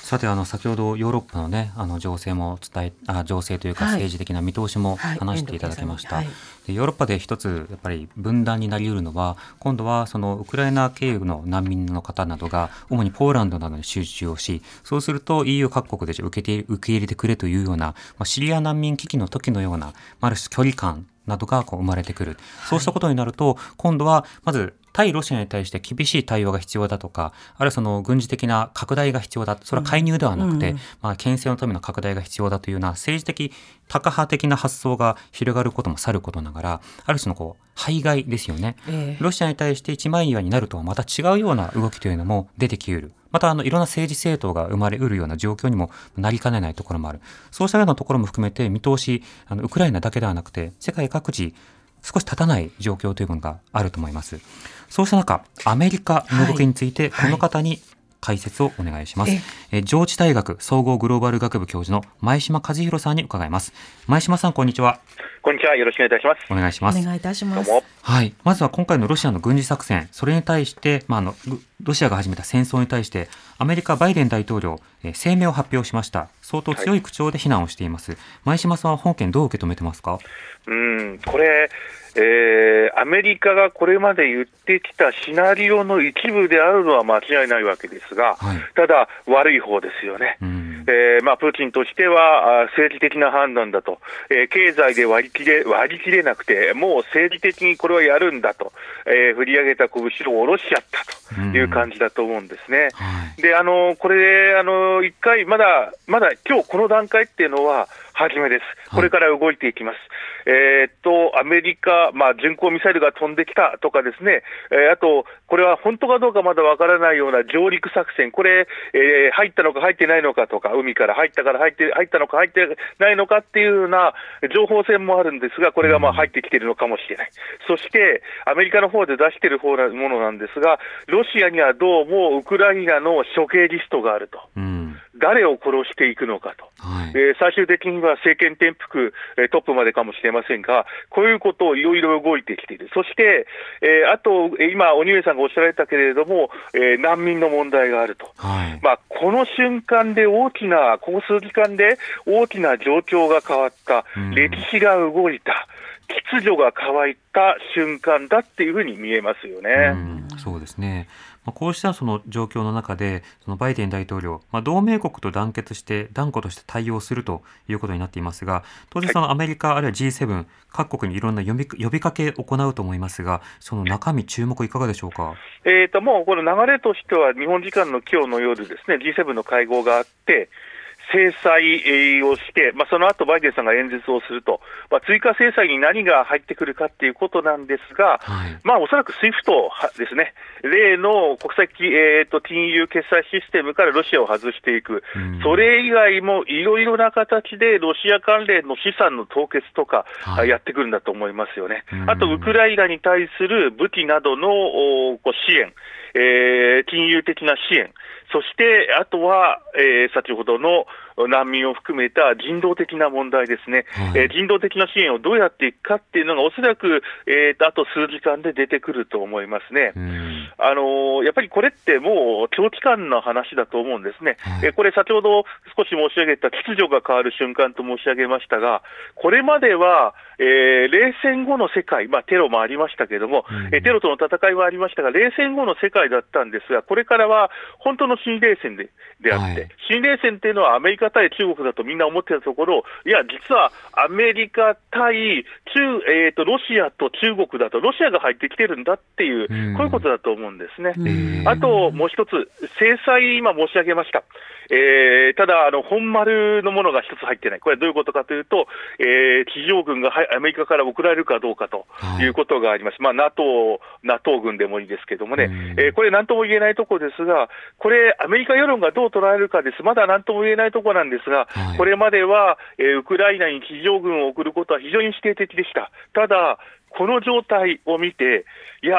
さて先ほどヨーロッパのね情勢も情勢というか政治的な見通しも話していただきました、でヨーロッパで一つやっぱり分断になりうるのは、今度はそのウクライナ経由の難民の方などが主にポーランドなどに集中をし、そうすると EU 各国で受け入れてくれというような、シリア難民危機の時のようなある種距離感などが生まれてくる。そうしたことになると、今度はまず対ロシアに対して厳しい対応が必要だとか、あるいはその軍事的な拡大が必要だ、それは介入ではなくて、牽制のための拡大が必要だというような政治的タカ派的な発想が広がることもさることながら、ある種の排外ですよね、ロシアに対して一枚岩になるとはまた違うような動きというのも出てきうる。またいろんな政治政党が生まれうるような状況にもなりかねないところもある。そうしたようなところも含めて見通し、ウクライナだけではなくて世界各地少し立たない状況というものがあると思います。そうした中、アメリカの動きについてこの方に解説をお願いします。上智大学総合グローバル学部教授の前島和弘さんに伺います。前島さん、こんにちは。 こんにちは。よろしくお願いいたします。 お願いします。 お願いいたします。 どうも。 はい。まずは今回のロシアの軍事作戦、それに対して、ロシアが始めた戦争に対してアメリカバイデン大統領、声明を発表しました。相当強い口調で非難をしています。前島さんは本件どう受け止めてますか？ これ、アメリカがこれまで言ってきたシナリオの一部であるのは間違いないわけですが、ただ悪い方ですよね。プーチンとしては政治的な判断だと、経済で割り切れなくて、もう政治的にこれはやるんだと、振り上げた拳を下ろしちゃったという感じだと思うんですね。で、これで一回まだ今日この段階っていうのは初めです。これから動いていきます。アメリカ、巡航ミサイルが飛んできたとかですね、あと、これは本当かどうかまだわからないような上陸作戦、これ、入ったのか入ってないのかとか、海から入ったのか入ってないのかっていうような情報戦もあるんですが、これが入ってきているのかもしれない。そして、アメリカの方で出しているものなんですが、ロシアにはどうもウクライナの処刑リストがあると。誰を殺していくのかと、最終的には政権転覆、トップまでかもしれませんが、こういうことをいろいろ動いてきている。そして、あと今鬼上さんがおっしゃられたけれども、難民の問題があると、この瞬間でここ数時間で大きな状況が変わった、歴史が動いた、秩序が乾いた瞬間だっていうふうに見えますよね。 そうですね。こうしたその状況の中で、そのバイデン大統領、同盟国と団結して断固として対応するということになっていますが、当然そのアメリカ、あるいは G7 各国にいろんな呼びかけを行うと思いますが、その中身注目いかがでしょうか？ もうこの流れとしては日本時間の今日の夜ですね、G7 の会合があって、制裁をして、その後バイデンさんが演説をすると、追加制裁に何が入ってくるかっていうことなんですが、おそらく SWIFT ですね、例の国際金融決済システムからロシアを外していく、それ以外もいろいろな形でロシア関連の資産の凍結とかやってくるんだと思いますよね。あとウクライナに対する武器などの支援、金融的な支援、そしてあとは、先ほどの難民を含めた人道的な問題ですね、人道的な支援をどうやっていくかっていうのがおそらく、あと数時間で出てくると思いますね。やっぱりこれってもう長期間の話だと思うんですね。これ先ほど少し申し上げた秩序が変わる瞬間と申し上げましたが、これまでは、冷戦後の世界、テロもありましたけれども、テロとの戦いはありましたが、冷戦後の世界だったんですが、これからは本当の新冷戦であって、新冷戦っていうのはアメリカ対中国だとみんな思ってたところ、いや実はアメリカ対ロシアと中国だとロシアが入ってきてるんだっていう、こういうことだと思うんですね。あともう一つ、制裁今申し上げました。ただ本丸のものが一つ入ってない。これはどういうことかというと、地上軍がアメリカから送られるかどうかということがあります。NATO 軍でもいいですけどもね、これ何とも言えないところですが、これアメリカ世論がどう捉えるかです。まだ何とも言えないところなんですが、これまでは、ウクライナに地上軍を送ることは非常に否定的でした。ただこの状態を見て、いや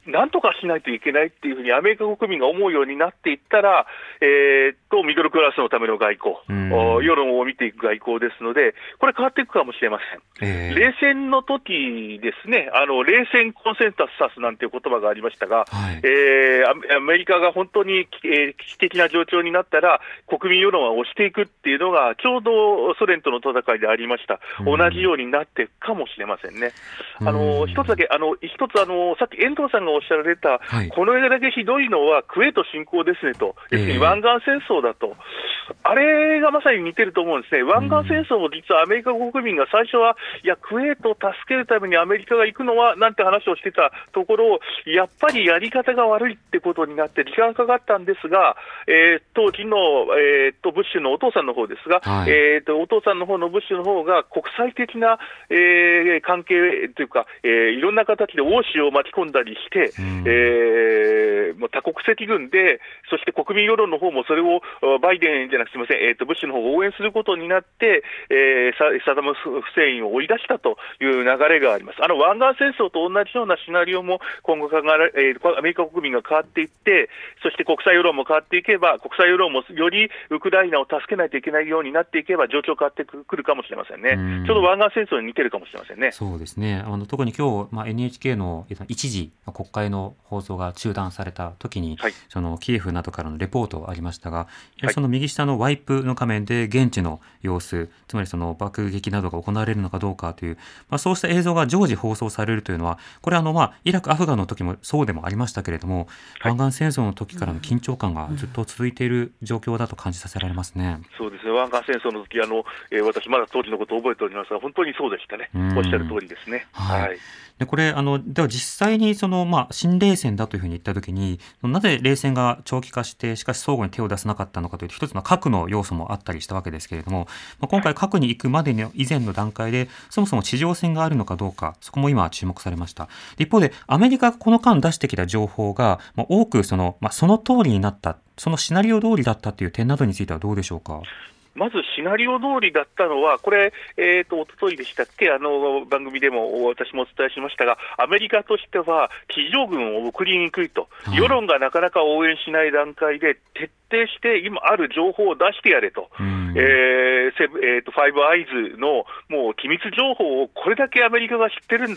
なんとかしないといけないっていうふうにアメリカ国民が思うようになっていったら、ミドルクラスのための外交、世論を見ていく外交ですので、これ変わっていくかもしれません。冷戦の時ですね、冷戦コンセンサスなんていう言葉がありましたが、アメリカが本当に危機的な状況になったら国民世論は押していくっていうのがちょうどソ連との戦いでありました。同じようになっていくかもしれませんね。一つだけ、さっき遠藤さんがおっしゃられた、このだけひどいのはクウェート侵攻ですねと、要するに湾岸戦争だと、あれがまさに似てると思うんですね。湾岸戦争も実はアメリカ国民が最初は、いや、クウェートを助けるためにアメリカが行くのはなんて話をしてたところ、やっぱりやり方が悪いってことになって時間がかかったんですが、当時の、ブッシュのお父さんの方ですが、お父さんの方のブッシュの方が国際的な、関係というか、いろんな形で欧州を巻き込んだりして、もう多国籍軍で、そして国民世論の方もそれをバイデンじゃなくて、すみません、ブッシュの方を応援することになって、サダム・フセインを追い出したという流れがあります。湾岸戦争と同じようなシナリオも今後アメリカ国民が変わっていって、そして国際世論も変わっていけば、国際世論もよりウクライナを助けないといけないようになっていけば、状況変わってくるかもしれませんね。ちょうど湾岸戦争に似てるかもしれませんね。 そうですね。特に今日、NHK の一時国会の放送が中断された時に、そのキエフなどからのレポートありましたが、その右下のワイプの画面で現地の様子、つまりその爆撃などが行われるのかどうかという、そうした映像が常時放送されるというのは、これイラク、アフガンの時もそうでもありましたけれども、湾岸戦争の時からの緊張感がずっと続いている状況だと感じさせられますね。 そうですね。湾岸戦争の時私まだ当時のことを覚えておりますが、本当にそうでしたね。おっしゃる通りですね。 でこれでは実際に新冷戦だというふうに言ったときに、なぜ冷戦が長期化してしかし相互に手を出せなかったのかという一つの核の要素もあったりしたわけですけれども、今回核に行くまでの以前の段階でそもそも地上戦があるのかどうか、そこも今注目されました。一方でアメリカがこの間出してきた情報が多くその通りになった、そのシナリオ通りだったという点などについてはどうでしょうか。 まずシナリオ通りだったのは、これ、おとといでしたっけ、番組でも私もお伝えしましたが、アメリカとしては地上軍を送りにくいと、世論がなかなか応援しない段階で、徹底して今ある情報を出してやれと、ファイブアイズのもう機密情報をこれだけアメリカが知ってるんだ。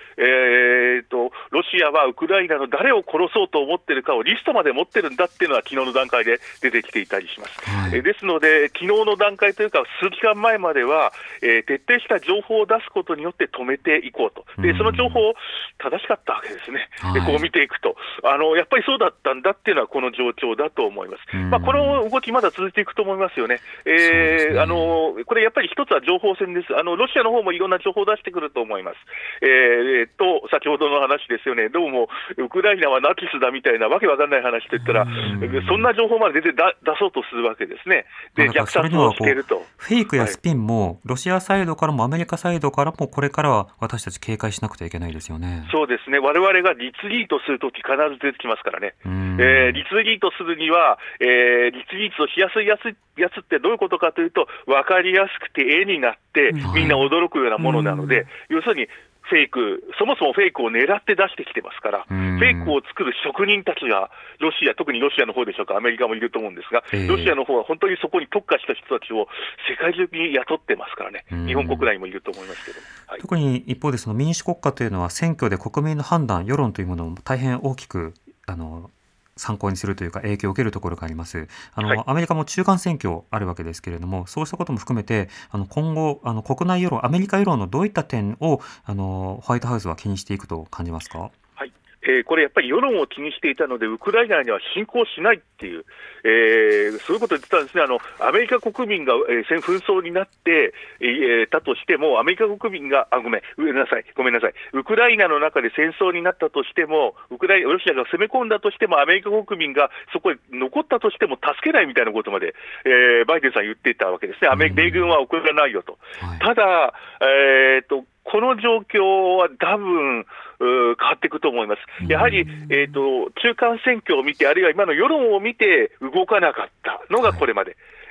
ロシアはウクライナの誰を殺そうと思っているかをリストまで持ってるんだっていうのは昨日の段階で出てきていたりします。ですので昨日の段階というか数時間前までは、徹底した情報を出すことによって止めていこうと。でその情報正しかったわけですね。こう見ていくとやっぱりそうだったんだっていうのはこの状況だと思います。この動きまだ続いていくと思いますよね。これやっぱり一つは情報戦です。ロシアの方もいろんな情報を出してくると思います。先ほどの話ですよね。どうもウクライナはナチスだみたいなわけわかんない話といったら、そんな情報まで全然出そうとするわけですね。で虐殺をしていると。 フェイクやスピンも、ロシアサイドからもアメリカサイドからもこれからは私たち警戒しなくてはいけないですよね。 そうですね。我々がリツイートするとき必ず出てきますからね。リツイートするには、リツイートしやすいやつってどういうことかというと、分かりやすくて絵になってみんな驚くようなものなので、要するにフェイク、そもそもフェイクを狙って出してきてますから、フェイクを作る職人たちが特にロシアの方でしょうか、アメリカもいると思うんですが、ロシアの方は本当にそこに特化した人たちを世界中に雇ってますからね。日本国内もいると思いますけど、 特に一方でその民主国家というのは選挙で国民の判断、世論というものを大変大きく参考にするというか影響を受けるところがあります。アメリカも中間選挙あるわけですけれども、そうしたことも含めて今後国内世論、アメリカ世論のどういった点をホワイトハウスは気にしていくと感じますか。 これやっぱり世論を気にしていたので、ウクライナには侵攻しないっていう、そういうことを言ってたんですね。アメリカ国民が、紛争になってたとしても、アメリカ国民がごめんなさい、ウクライナの中で戦争になったとしても、ロシアが攻め込んだとしても、アメリカ国民がそこに残ったとしても助けないみたいなことまで、バイデンさん言っていたわけですね。米軍は送らないよと。ただ、この状況は多分変わっていくと思います。やはり、中間選挙を見て、あるいは今の世論を見て動かなかったのがこれまで。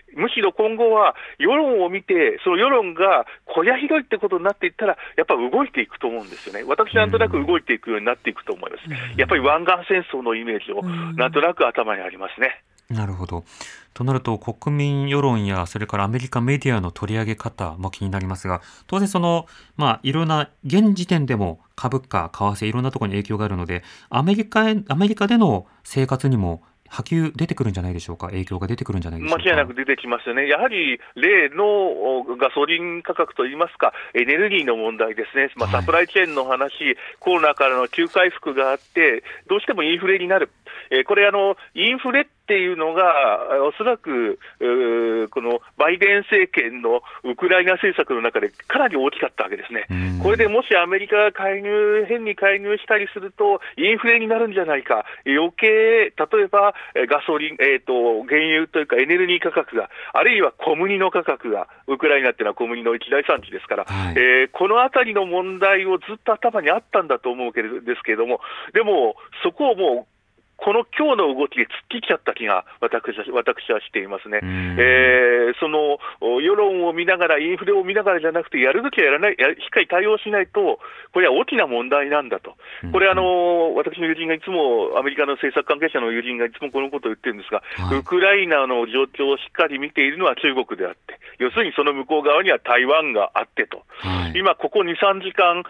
むしろ今後は世論を見て、その世論が小屋広いってことになっていったら、やっぱり動いていくと思うんですよね。私なんとなく動いていくようになっていくと思います。やっぱり湾岸戦争のイメージをなんとなく頭にありますね。 なるほど。となると国民世論やそれからアメリカメディアの取り上げ方も気になりますが、当然いろんな現時点でも株価、為替いろんなところに影響があるので、アメリカでの生活にも波及出てくるんじゃないでしょうか。影響が出てくるんじゃないでしょうか。 間違いなく出てきますよね。やはり例のガソリン価格といいますか、エネルギーの問題ですね。サプライチェーンの話、コロナからの急回復があって、どうしてもインフレになる。これインフレっていうのがおそらくこのバイデン政権のウクライナ政策の中でかなり大きかったわけですね。これでもしアメリカが変に介入したりするとインフレになるんじゃないか、余計例えばガソリン、原油というかエネルギー価格が、あるいは小麦の価格が、ウクライナっていうのは小麦の一大産地ですから、このあたりの問題をずっと頭にあったんだと思うですけれども、でもそこをもうこの今日の動きで突っ切っちゃった気が私はしていますね。その世論を見ながら、インフレを見ながらじゃなくて、やるときはやらない、しっかり対応しないと、これは大きな問題なんだと。これ私の友人がいつも、アメリカの政策関係者の友人がいつもこのことを言ってるんですが、ウクライナの状況をしっかり見ているのは中国であって、要するにその向こう側には台湾があってと。今ここ2、3時間、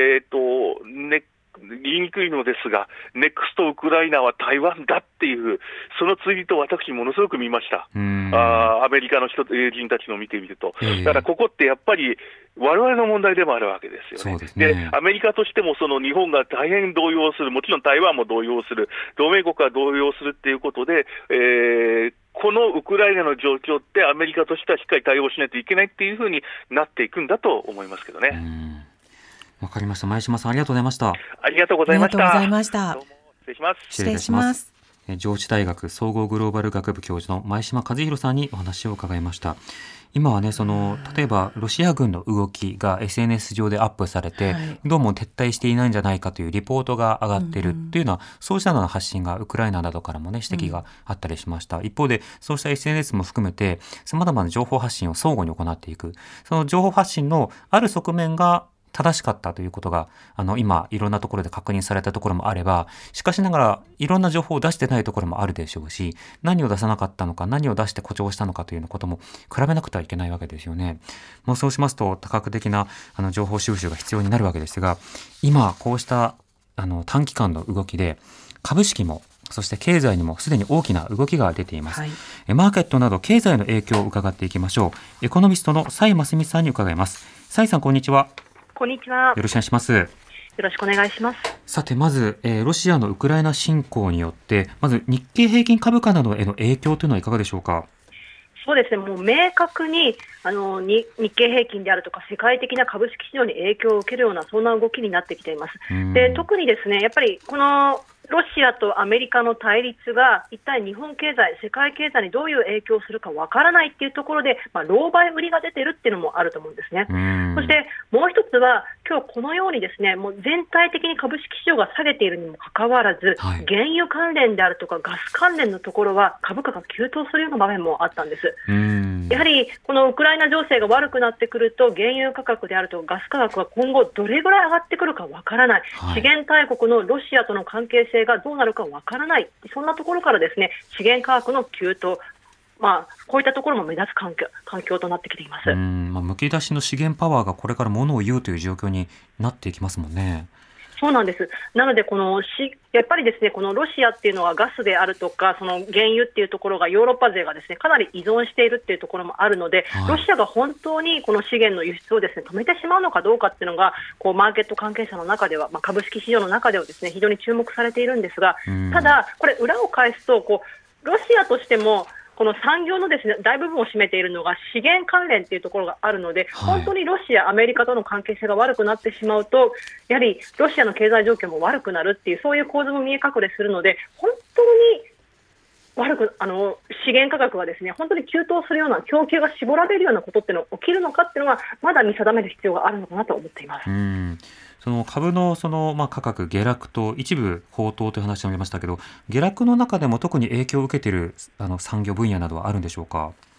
言いにくいのですが、ネクストウクライナは台湾だっていう、そのツイートを私ものすごく見ました。アメリカの友人たちの見てみると。だからここってやっぱり我々の問題でもあるわけですよね。で、アメリカとしてもその日本が大変動揺する、もちろん台湾も動揺する、同盟国が動揺するっていうことで、このウクライナの状況ってアメリカとしてはしっかり対応しないといけないっていうふうになっていくんだと思いますけどね。 わかりました。前島さん、ありがとうございました。 ありがとうございました。 どうも失礼します。 失礼します。上智大学総合グローバル学部教授の前島和弘さんにお話を伺いました。今はね、例えばロシア軍の動きが SNS 上でアップされて、どうも撤退していないんじゃないかというリポートが上がっているというのは、そうしたような発信がウクライナなどからもね、指摘があったりしました。一方で、そうした SNS も含めて、様々な情報発信を相互に行っていく。その情報発信のある側面が正しかったということが今いろんなところで確認されたところもあれば、しかしながらいろんな情報を出してないところもあるでしょうし、何を出さなかったのか、何を出して誇張したのかということも比べなくてはいけないわけですよね。もうそうしますと多角的な情報収集が必要になるわけですが、今こうした短期間の動きで株式もそして経済にもすでに大きな動きが出ています。マーケットなど経済の影響を伺っていきましょう。エコノミストの蔡真澄さんに伺います。蔡さん、こんにちは。 こんにちは。 よろしくお願いします。 よろしくお願いします。 さて、まず、ロシアのウクライナ侵攻によって、まず日経平均株価などへの影響というのはいかがでしょうか。 そうですね、もう明確に日経平均であるとか世界的な株式市場に影響を受けるような、そんな動きになってきています。で、特にですね、やっぱりこのロシアとアメリカの対立が一体日本経済、世界経済にどういう影響をするかわからないっていうところで、狼狽売りが出てるっていうのもあると思うんですね。そしてもう一つは、今日このようにですね、もう全体的に株式市場が下げているにもかかわらず、原油関連であるとかガス関連のところは株価が急騰するような場面もあったんです。やはりこのウクライナ情勢が悪くなってくると、原油価格であるとかガス価格が今後どれぐらい上がってくるかわからない、資源大国のロシアとの関係性がどうなるかわからない、そんなところからですね、資源価格の急騰、こういったところも目立つ環境となってきています。 むき出しの資源パワーがこれからものを言うという状況になっていきますもんね。 そうなんです。なのでやっぱりですね、このロシアっていうのはガスであるとか、その原油っていうところがヨーロッパ勢がですね、かなり依存しているっていうところもあるので、ロシアが本当にこの資源の輸出をですね、止めてしまうのかどうかっていうのが、マーケット関係者の中では、株式市場の中ではですね、非常に注目されているんですが、ただこれ裏を返すと、ロシアとしてもこの産業のですね、大部分を占めているのが資源関連というところがあるので、本当にロシア、アメリカとの関係性が悪くなってしまうと、やはりロシアの経済状況も悪くなるっていう、そういう構図も見え隠れするので、本当に資源価格がですね、本当に急騰するような、供給が絞られるようなことっていうのが起きるのかっていうのは、まだ見定める必要があるのかなと思っています。 その株の価格下落と一部高騰という話がありましたけど、下落の中でも特に影響を受けている産業分野などはあるんでしょうか。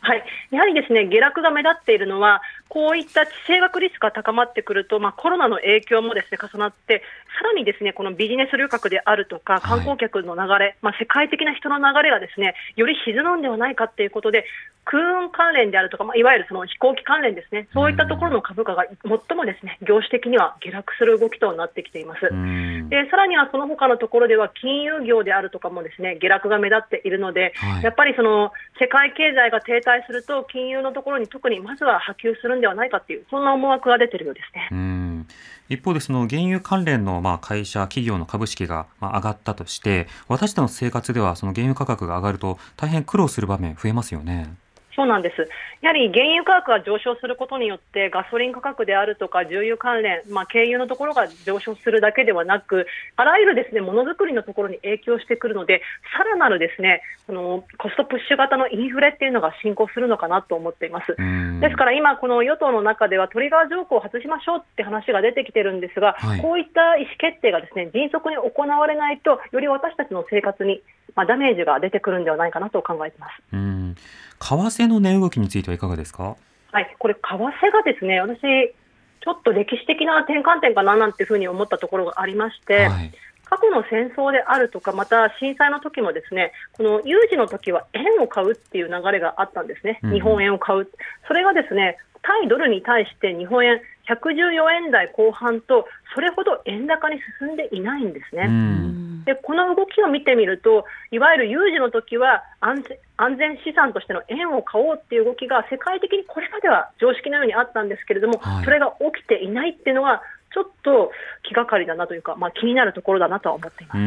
はい、やはりですね、下落が目立っているのは、こういった地政学リスクが高まってくると、コロナの影響もですね、重なって、さらにですね、このビジネス旅客であるとか、観光客の流れ、世界的な人の流れがですね、より沈むんではないかということで、空運関連であるとか、いわゆるその飛行機関連ですね、そういったところの株価が最もですね、業種的には下落する動きとなってきています。で、さらにはその他のところでは、金融業であるとかもですね、下落が目立っているので、やっぱりその世界経済が停滞すると、金融のところに特にまずは波及するんではないかという、そんな思惑が出ているようですね。 一方で、その原油関連の会社、企業の株式が上がったとして、私たちの生活ではその原油価格が上がると大変苦労する場面増えますよね。 そうなんです。やはり原油価格が上昇することによってガソリン価格であるとか重油関連、軽油のところが上昇するだけではなく、あらゆるですね、ものづくりのところに影響してくるので、さらなるですね、コストプッシュ型のインフレっていうのが進行するのかなと思っています。ですから今この与党の中ではトリガー条項を外しましょうって話が出てきてるんですが、こういった意思決定がですね、迅速に行われないと、より私たちの生活にダメージが出てくるんではないかなと考えています。 為替の値動きについてはいかがですか？ はい、これ為替がですね、私ちょっと歴史的な転換点かななんていうふうに思ったところがありまして、過去の戦争であるとか、また震災の時もですね、この有事の時は円を買うっていう流れがあったんですね。日本円を買う。それがですね、対ドルに対して日本円114円台後半と、それほど円高に進んでいないんですね。で、この動きを見てみると、いわゆる有事の時は安全資産としての円を買おうっていう動きが世界的にこれまでは常識のようにあったんですけれども、それが起きていないっていうのはちょっと気がかりだなというか、気になるところだなとは思っています。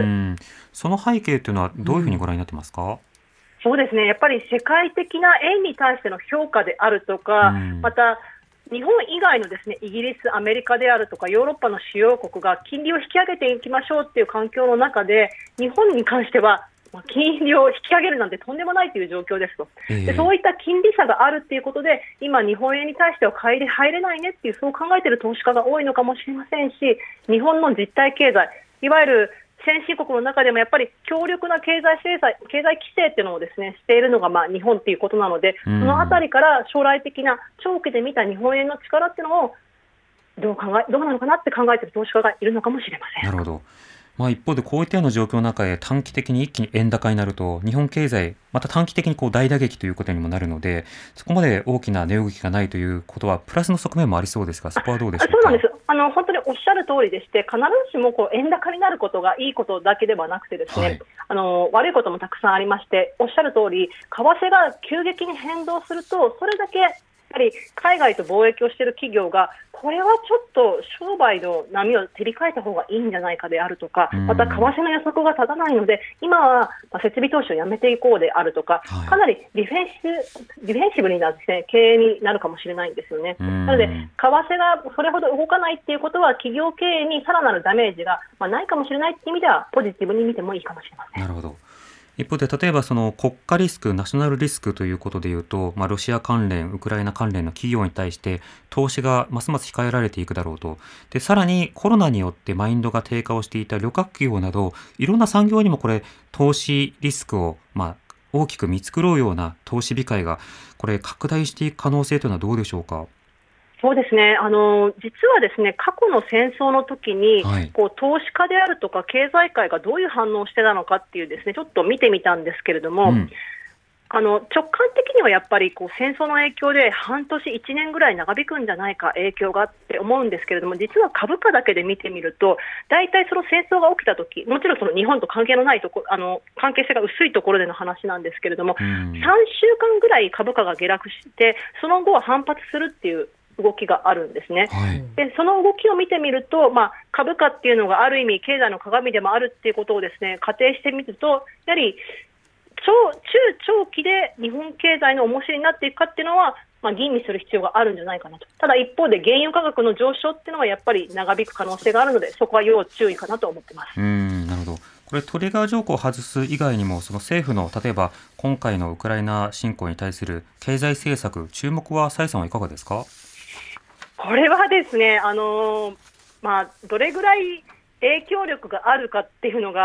その背景というのはどういうふうにご覧になってますか？ そうですね、やっぱり世界的な円に対しての評価であるとか、また日本以外のですね、イギリス、アメリカであるとかヨーロッパの主要国が金利を引き上げていきましょうっていう環境の中で、日本に関しては金利を引き上げるなんてとんでもないという状況ですと。で、そういった金利差があるということで、今日本円に対しては買いで入れないねっていう、そう考えている投資家が多いのかもしれませんし、日本の実体経済、いわゆる先進国の中でもやっぱり強力な経済規制っていうのをですね、しているのが日本ということなので、そのあたりから将来的な長期で見た日本円の力っていうのをどうなのかなって考えている投資家がいるのかもしれません。 なるほど。一方でこういったような状況の中で短期的に一気に円高になると、日本経済また短期的に大打撃ということにもなるので、そこまで大きな値動きがないということはプラスの側面もありそうですが、そこはどうでしょうか？ そうなんです。本当におっしゃる通りでして、必ずしも円高になることがいいことだけではなくてですね、悪いこともたくさんありまして、おっしゃる通り為替が急激に変動すると、それだけやはり海外と貿易をしている企業が、これはちょっと商売の波を照り替えた方がいいんじゃないかであるとか、また為替の予測が立たないので、今は設備投資をやめていこうであるとか、かなりディフェンシブになですね、経営になるかもしれないんですよね。なので、為替がそれほど動かないっていうことは、企業経営にさらなるダメージがないかもしれないっていう意味では、ポジティブに見てもいいかもしれません。 なるほど。一方で、例えばその国家リスク、ナショナルリスクということでいうと、ロシア関連、ウクライナ関連の企業に対して投資がますます控えられていくだろうと。で、さらにコロナによってマインドが低下をしていた旅客企業など、いろんな産業にもこれ投資リスクを大きく見繕うような投資控えがこれ拡大していく可能性というのはどうでしょうか？ そうですね、実はですね、過去の戦争の時に、投資家であるとか経済界がどういう反応をしてたのかっていうですね、ちょっと見てみたんですけれども、直感的にはやっぱり戦争の影響で半年1年ぐらい長引くんじゃないか影響があって思うんですけれども、実は株価だけで見てみると、大体その戦争が起きた時、もちろんその日本と関係のないところ、関係性が薄いところでの話なんですけれども、3週間ぐらい株価が下落して、その後は反発するっていう動きがあるんですね。で、その動きを見てみると、株価っていうのがある意味経済の鏡でもあるっていうことをですね、仮定してみると、やはり中長期で日本経済の重しになっていくかっていうのは、吟味する必要があるんじゃないかなと。ただ一方で原油価格の上昇っていうのはやっぱり長引く可能性があるので、そこは要注意かなと思ってます。 なるほど。これトリガー条項を外す以外にも、その政府の例えば今回のウクライナ侵攻に対する経済政策、注目は蔡さんはいかがですか？ これはですね、どれぐらい影響力があるかっていうのが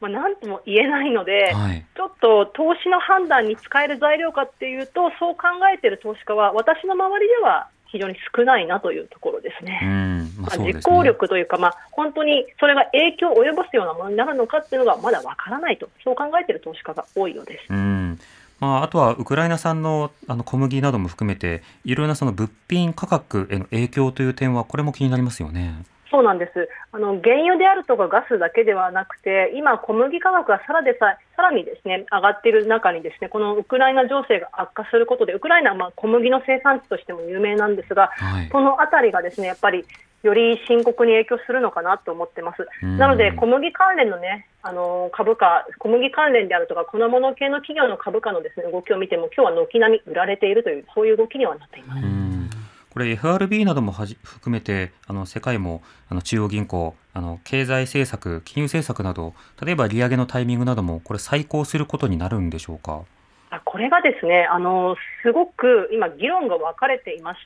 なんとも言えないので、ちょっと投資の判断に使える材料かっていうと、そう考えている投資家は私の周りでは非常に少ないなというところですね。実行力というか、本当にそれが影響を及ぼすようなものになるのかっていうのがまだわからないと、そう考えている投資家が多いようです。 あとはウクライナ産の小麦なども含めていろいろなその物品価格への影響という点はこれも気になりますよね。 そうなんです。原油であるとかガスだけではなくて、今小麦価格がさらにですね上がっている中にですね、このウクライナ情勢が悪化することで、ウクライナは小麦の生産地としても有名なんですが、このあたりがですねやっぱりより深刻に影響するのかなと思ってます。なので小麦関連のね株価、小麦関連であるとか粉物系の企業の株価のですね動きを見ても、今日は軒並み売られているという、そういう動きにはなっています。 これ FRB なども含めて世界も中央銀行経済政策、金融政策など、例えば利上げのタイミングなどもこれ再考することになるんでしょうか。 これがですねすごく今議論が分かれていまして、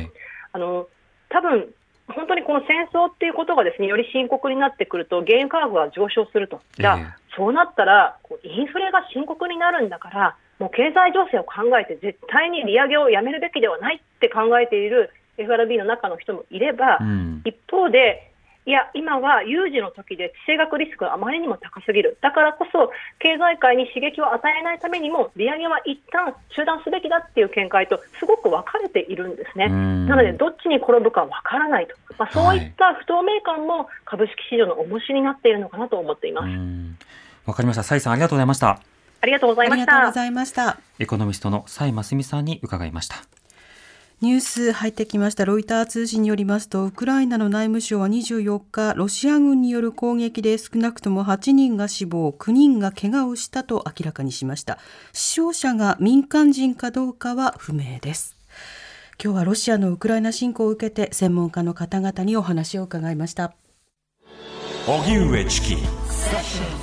多分本当にこの戦争っていうことがですねより深刻になってくると原油価格が上昇すると、じゃあそうなったらインフレが深刻になるんだから、もう経済情勢を考えて絶対に利上げをやめるべきではないって考えている FRB の中の人もいれば、一方でいや今は有事の時で地政学リスクがあまりにも高すぎる、だからこそ経済界に刺激を与えないためにも利上げは一旦中断すべきだっていう見解とすごく分かれているんですね。なのでどっちに転ぶか分からないと、そういった不透明感も株式市場の重しになっているのかなと思っています。 わかりました。蔡さんありがとうございました。 ありがとうございました。 ありがとうございました。 エコノミストの蔡真澄さんに伺いました。 ニュース入ってきました。ロイター通信によりますと、ウクライナの内務省は24日、ロシア軍による攻撃で少なくとも8人が死亡、9人が怪我をしたと明らかにしました。死傷者が民間人かどうかは不明です。今日はロシアのウクライナ侵攻を受けて専門家の方々にお話を伺いました。 荻上チキ